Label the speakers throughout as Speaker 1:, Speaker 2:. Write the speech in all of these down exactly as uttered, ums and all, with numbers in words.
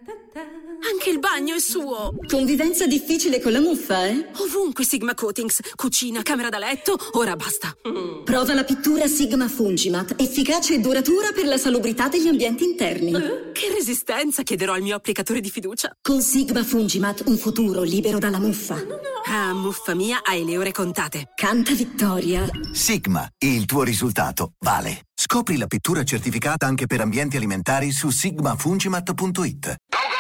Speaker 1: Anche il bagno è suo.
Speaker 2: Convivenza difficile con la muffa, eh?
Speaker 1: Ovunque Sigma Coatings. Cucina, camera da letto, ora basta.
Speaker 2: Mm. Prova la pittura Sigma Fungimat, efficace e duratura per la salubrità degli ambienti interni.
Speaker 1: Eh? Che resistenza, chiederò al mio applicatore di fiducia.
Speaker 2: Con Sigma Fungimat un futuro libero dalla muffa.
Speaker 1: No, no. Ah, muffa mia, hai le ore contate.
Speaker 2: Canta vittoria.
Speaker 3: Sigma, il tuo risultato vale. Scopri la pittura certificata anche per ambienti alimentari su sigma fungimat punto it.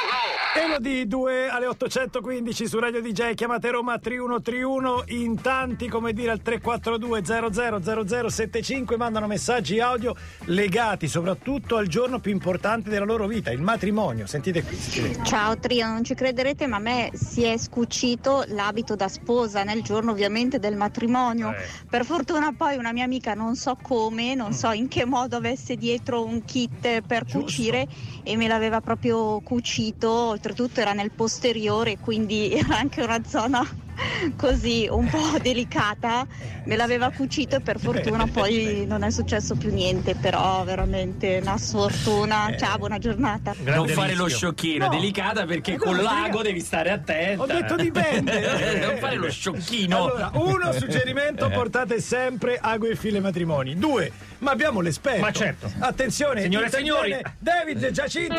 Speaker 4: Di due alle ottocentoquindici su Radio D J, chiamate Roma tre uno tre uno, in tanti, come dire, al tre quattro due zero zero zero zero sette cinque mandano messaggi audio legati soprattutto al giorno più importante della loro vita, il matrimonio. Sentite qui, sentite.
Speaker 5: Ciao trio, non ci crederete ma a me si è scucito l'abito da sposa nel giorno ovviamente del matrimonio. eh. Per fortuna poi una mia amica, non so come, non mm. so in che modo, avesse dietro un kit per Giusto. cucire e me l'aveva proprio cucito. Oltretutto era nel posteriore, quindi era anche una zona così un po' delicata, me l'aveva cucito e per fortuna poi non è successo più niente, però veramente una sfortuna. Ciao, buona giornata.
Speaker 6: Non fare lo sciocchino, no. Delicata perché no, col lago devi stare attenta.
Speaker 4: Ho detto dipende.
Speaker 6: Non fare lo sciocchino.
Speaker 4: Allora, uno suggerimento: portate sempre ago e file matrimoni. Due, ma abbiamo l'esperto.
Speaker 6: Ma certo.
Speaker 4: Attenzione,
Speaker 6: signore e signori,
Speaker 4: David Giacinti,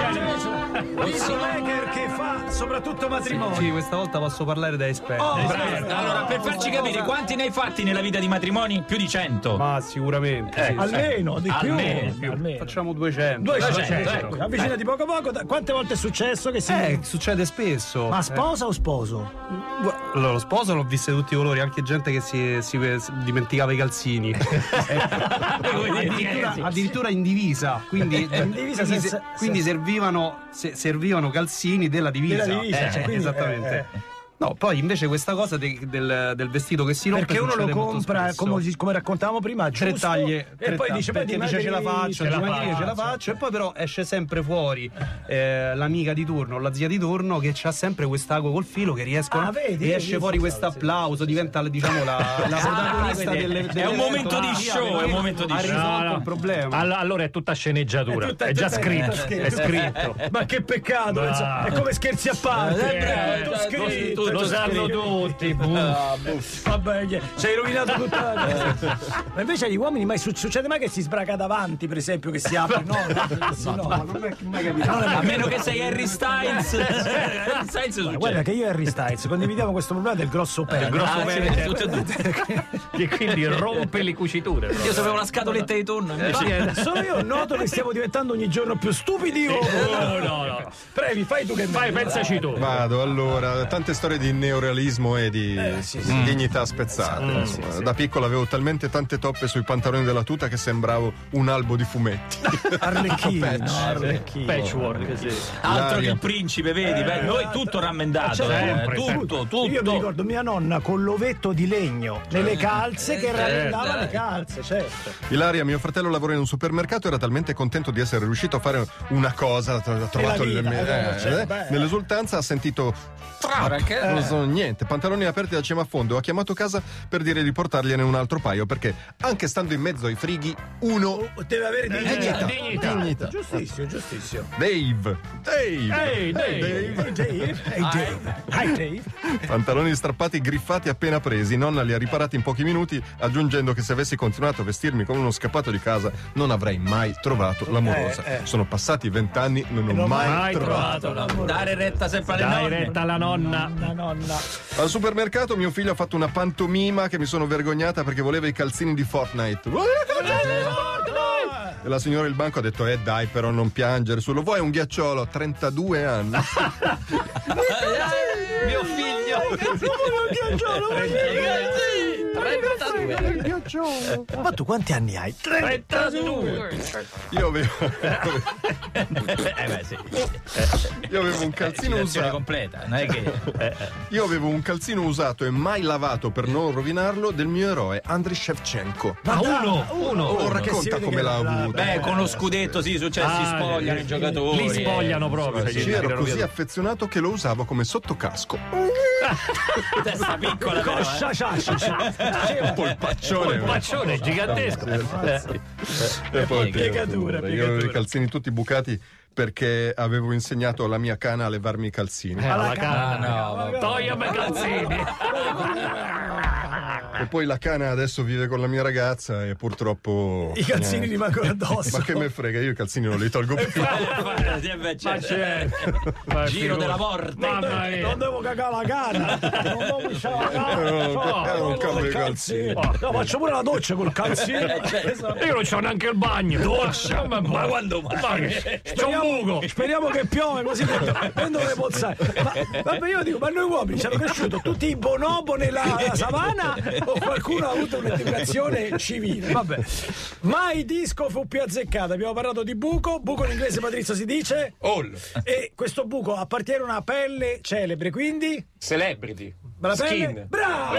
Speaker 4: videomaker che fa soprattutto matrimoni.
Speaker 7: Sì, questa volta posso parlare da esperto.
Speaker 4: Oh,
Speaker 6: esperto. Allora, per farci capire, quanti ne hai fatti nella vita di matrimoni? Più di cento.
Speaker 7: Ma sicuramente.
Speaker 4: Eh, sì, almeno, di più.
Speaker 6: Almeno, più.
Speaker 4: Almeno.
Speaker 7: Facciamo duecento.
Speaker 4: duecento, ecco. Avvicinati poco poco. Quante volte è successo che si...
Speaker 7: Eh, succede spesso.
Speaker 4: Ma sposa eh. o sposo?
Speaker 7: Allora, lo sposo l'ho visto di tutti i colori, anche gente che si, si, si dimenticava i calzini. addirittura, addirittura in divisa, quindi,
Speaker 4: in divisa
Speaker 7: quindi,
Speaker 4: senza,
Speaker 7: quindi
Speaker 4: senza...
Speaker 7: servivano, se, servivano calzini della divisa,
Speaker 4: della divisa
Speaker 7: eh,
Speaker 4: cioè, quindi,
Speaker 7: esattamente
Speaker 4: eh, eh.
Speaker 7: No, poi invece questa cosa de, del, del vestito che si rompe,
Speaker 4: perché uno lo compra come, come raccontavamo prima, giusto,
Speaker 7: tre taglie
Speaker 4: e
Speaker 7: tre
Speaker 4: poi
Speaker 7: taglie,
Speaker 4: dice
Speaker 7: perché dice ce la faccio, ce la, faccio. ce la faccio e poi però esce sempre fuori eh, l'amica di turno, la zia di turno che c'ha sempre quest'ago col filo che riescono,
Speaker 4: ah, vedi,
Speaker 7: e esce fuori questo applauso, diventa diciamo la, la protagonista ah, delle, delle
Speaker 6: è un momento di show, è un momento di
Speaker 7: ha
Speaker 6: show.
Speaker 7: risolto
Speaker 8: no, no.
Speaker 7: il problema.
Speaker 8: Allora è tutta sceneggiatura, è, tutta, è già tutta, scritto, è, è scritto.
Speaker 4: Ma che peccato, è come Scherzi a parte, è tutto scritto,
Speaker 8: lo sanno tutti.
Speaker 4: Vabbè, ci hai rovinato tutta la cosa. Ma invece agli uomini mai succede mai che si sbraca davanti, per esempio, che si apre? No, no, no, no, non è mai capito.
Speaker 6: A meno che sei Harry Styles. Harry Styles
Speaker 4: guarda, guarda che io e Harry Styles condividiamo questo problema del grosso pene.
Speaker 8: Il grosso
Speaker 6: ah,
Speaker 8: pene,
Speaker 6: sì, tutte e due.
Speaker 8: Che quindi rompe le cuciture.
Speaker 6: Io sapevo una scatoletta di tonno.
Speaker 4: Eh, solo io noto che stiamo diventando ogni giorno più stupidi. Oh,
Speaker 8: no, no, no.
Speaker 4: Previ, fai tu che
Speaker 8: fai, pensaci tu.
Speaker 9: Vado, allora, tante storie di neorealismo e di eh, sì, sì. dignità spezzate. Mm, sì, sì. Da piccolo avevo talmente tante toppe sui pantaloni della tuta che sembravo un albo di fumetti.
Speaker 4: Arlecchino,
Speaker 9: Patch,
Speaker 4: no, Arlecchino.
Speaker 8: Patchwork, sì.
Speaker 6: Altro che il principe, vedi? Eh, Beh, noi tutto rammendato,
Speaker 4: sempre,
Speaker 6: eh, tutto, tutto.
Speaker 4: Io mi ricordo mia nonna con l'ovetto di legno nelle calze, che rammendava le calze, certo.
Speaker 9: Ilaria, mio fratello lavora in un supermercato, era talmente contento di essere riuscito a fare una cosa, ha trovato il, eh, eh, nell'esultanza ha sentito trap, eh. non so niente, pantaloni aperti da cima a fondo, ha chiamato casa per dire di portargliene un altro paio, perché anche stando in mezzo ai frighi uno
Speaker 4: deve avere dignità.
Speaker 9: dignità. dignità.
Speaker 4: Giustissimo, giustissimo.
Speaker 9: Dave, Dave,
Speaker 8: hey, Dave,
Speaker 4: Dave, Dave, hey, Dave, hi Dave.
Speaker 9: Pantaloni strappati, griffati appena presi, nonna li ha riparati in pochi minuti, aggiungendo che se avessi continuato a vestirmi come uno scappato di casa non avrei mai trovato l'amorosa. Eh, eh. Sono passati vent'anni, non ho
Speaker 4: non
Speaker 9: mai,
Speaker 4: mai
Speaker 9: trovato,
Speaker 4: trovato
Speaker 9: l'amorosa.
Speaker 6: Dare retta sempre alle
Speaker 8: Dai
Speaker 6: nonne.
Speaker 8: retta alla nonna.
Speaker 4: nonna, nonna.
Speaker 9: Al supermercato mio figlio ha fatto una pantomima che mi sono vergognata perché voleva i calzini di Fortnite. E la signora del banco ha detto: eh dai, però non piangere, su, lo vuoi un ghiacciolo? trentadue anni.
Speaker 6: Mio figlio.
Speaker 4: Un ghiacciolo,
Speaker 6: trentadue.
Speaker 4: Ma tu quanti anni hai?
Speaker 6: trentadue.
Speaker 9: Io avevo
Speaker 6: eh beh, sì.
Speaker 9: Io avevo un calzino
Speaker 6: eh,
Speaker 9: usato
Speaker 6: completa, non è che
Speaker 9: Io avevo un calzino usato e mai lavato per non rovinarlo del mio eroe Andriy Shevchenko.
Speaker 8: Ma uno, uno.
Speaker 9: Oh, racconta come l'ha avuto.
Speaker 6: Beh, con lo scudetto sì, succede, ah, si spogliano eh, i giocatori.
Speaker 8: Li spogliano proprio.
Speaker 9: Ci ero così affezionato che lo usavo come sottocasco.
Speaker 6: Testa piccola,
Speaker 4: coscia
Speaker 9: un polpaccione.
Speaker 8: Un polpaccione gigantesco.
Speaker 9: E poi
Speaker 4: piegatura,
Speaker 9: io avevo i calzini tutti bucati perché avevo insegnato alla mia cana a levarmi i calzini.
Speaker 8: Eh, alla
Speaker 6: cana,
Speaker 8: cana, no, togliami i calzini.
Speaker 9: E poi la cana adesso vive con la mia ragazza e purtroppo
Speaker 4: i calzini
Speaker 9: niente.
Speaker 4: rimangono addosso.
Speaker 9: Ma che me frega, io i calzini non li tolgo più.
Speaker 6: Ma c'è giro della morte.
Speaker 8: Mamma mia.
Speaker 4: Non devo cagare la cana. Non devo pisciare la cana.
Speaker 9: No, non cambio i calzini.
Speaker 4: No, faccio pure la doccia col calzino.
Speaker 8: Io non c'ho neanche il bagno.
Speaker 6: Doccia, ma, ma quando mai?
Speaker 8: C'ho un buco.
Speaker 4: Speriamo che piove così prendo le pozzate. Ma, vabbè, io dico, ma noi uomini ci hanno cresciuto tutti in bonobo nella savana o qualcuno ha avuto un'educazione civile? Vabbè. Mai disco fu più azzeccato. Abbiamo parlato di buco. Buco in inglese, Patrizio, si dice?
Speaker 10: All.
Speaker 4: E questo buco appartiene a una pelle celebre, quindi?
Speaker 10: Celebrity.
Speaker 4: La pelle?
Speaker 10: Skin.
Speaker 4: Bravo!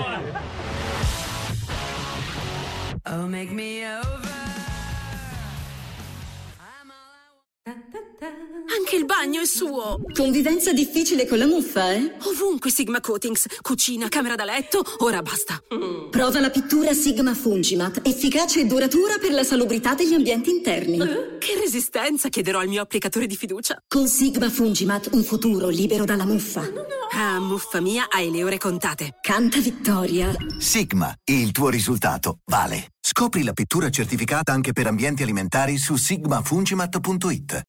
Speaker 1: Oh, make me over. Anche il bagno è suo.
Speaker 2: Convivenza difficile con la muffa, eh?
Speaker 1: Ovunque Sigma Coatings. Cucina, camera da letto, ora basta.
Speaker 2: Prova la pittura Sigma Fungimat, efficace e duratura per la salubrità degli ambienti interni.
Speaker 1: Eh, che resistenza, chiederò al mio applicatore di fiducia.
Speaker 2: Con Sigma Fungimat un futuro libero dalla muffa.
Speaker 1: Ah, muffa mia, hai le ore contate.
Speaker 2: Canta vittoria.
Speaker 3: Sigma, il tuo risultato vale. Scopri la pittura certificata anche per ambienti alimentari su sigma fungimat punto it.